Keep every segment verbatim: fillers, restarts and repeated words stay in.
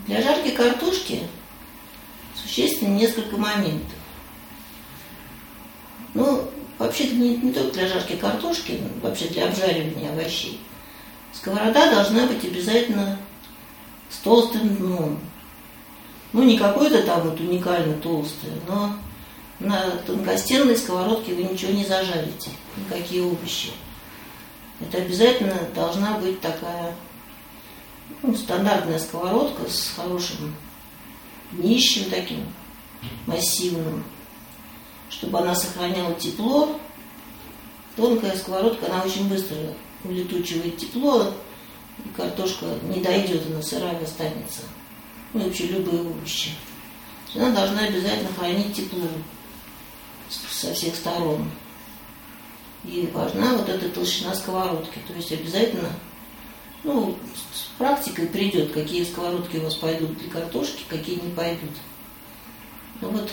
Для жарки картошки существенно несколько моментов. Ну, вообще-то не, не только для жарки картошки, но вообще для обжаривания овощей. Сковорода должна быть обязательно с толстым дном. Ну, не какой-то там вот уникально толстый, но на тонкостенной сковородке вы ничего не зажарите, никакие овощи. Это обязательно должна быть такая, ну, стандартная сковородка с хорошим днищем таким, массивным, чтобы она сохраняла тепло. Тонкая сковородка, она очень быстро улетучивает тепло, и картошка не дойдет, она сырая останется. Ну и вообще любые овощи. Она должна обязательно хранить тепло со всех сторон. И важна вот эта толщина сковородки. То есть обязательно, ну, с практикой придет, какие сковородки у вас пойдут для картошки, какие не пойдут. Ну вот,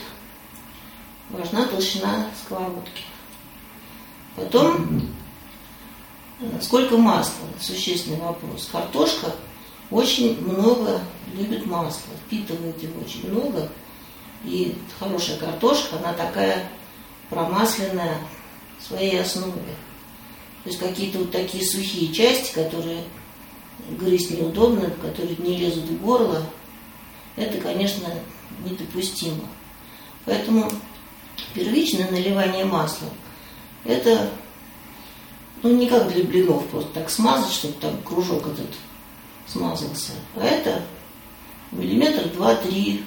важна толщина сковородки. Потом, сколько масла? Существенный вопрос. Картошка очень много любит масла, впитывает его очень много. И хорошая картошка, она такая промасленная в своей основе. То есть какие-то вот такие сухие части, которые грызть неудобно, которые не лезут в горло, это, конечно, недопустимо. Поэтому первичное наливание масла – это, ну, не как для блинов, просто так смазать, чтобы там кружок этот смазался. А это миллиметр два-три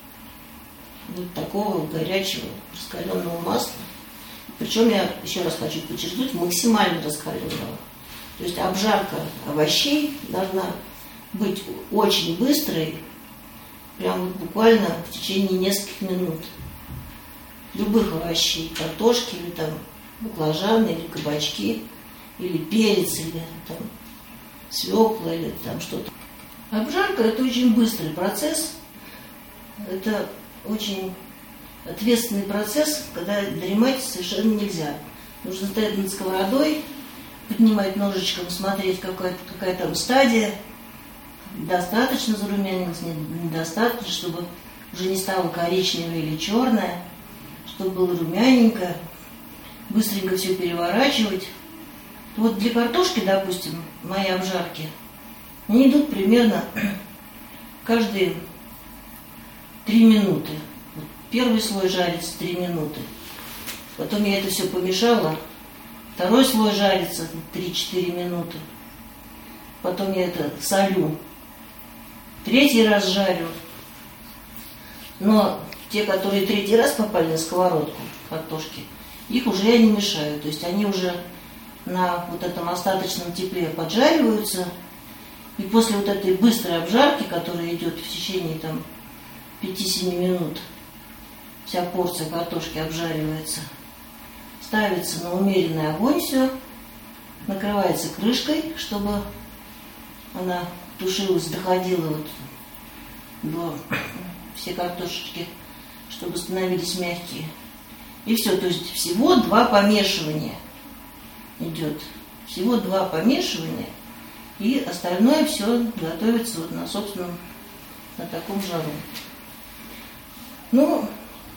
вот такого горячего раскаленного масла. Причем я еще раз хочу подчеркнуть, максимально раскаленного. То есть обжарка овощей должна быть очень быстрой, прям вот буквально в течение нескольких минут. Любых овощей, картошки или там баклажаны, или кабачки, или перец, или там свекла, или там что-то. Обжарка – это очень быстрый процесс, это очень ответственный процесс, когда дремать совершенно нельзя. Нужно стоять над сковородой, поднимать ножичком, смотреть, какая, какая там стадия, достаточно зарумянилось, недостаточно, чтобы уже не стало коричневое или черное, чтобы было румяненько, быстренько все переворачивать. Вот для картошки, допустим, мои обжарки, они идут примерно каждые три минуты. Вот первый слой жарится три минуты. Потом я это все помешала. Второй слой жарится три-четыре минуты. Потом я это солю. Третий раз жарю. Но те, которые третий раз попали на сковородку, картошки, их уже я не мешаю. То есть они уже на вот этом остаточном тепле поджариваются. И после вот этой быстрой обжарки, которая идет в течение там пяти-семи минут, вся порция картошки обжаривается, ставится на умеренный огонь все, накрывается крышкой, чтобы она тушилась, доходила вот до все картошечки, чтобы становились мягкие. И все, то есть всего два помешивания идет. Всего два помешивания, и остальное все готовится вот на собственном, на таком жару. Ну,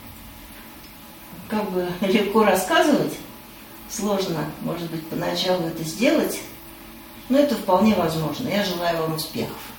как бы легко рассказывать, сложно, может быть, поначалу это сделать, но это вполне возможно. Я желаю вам успехов.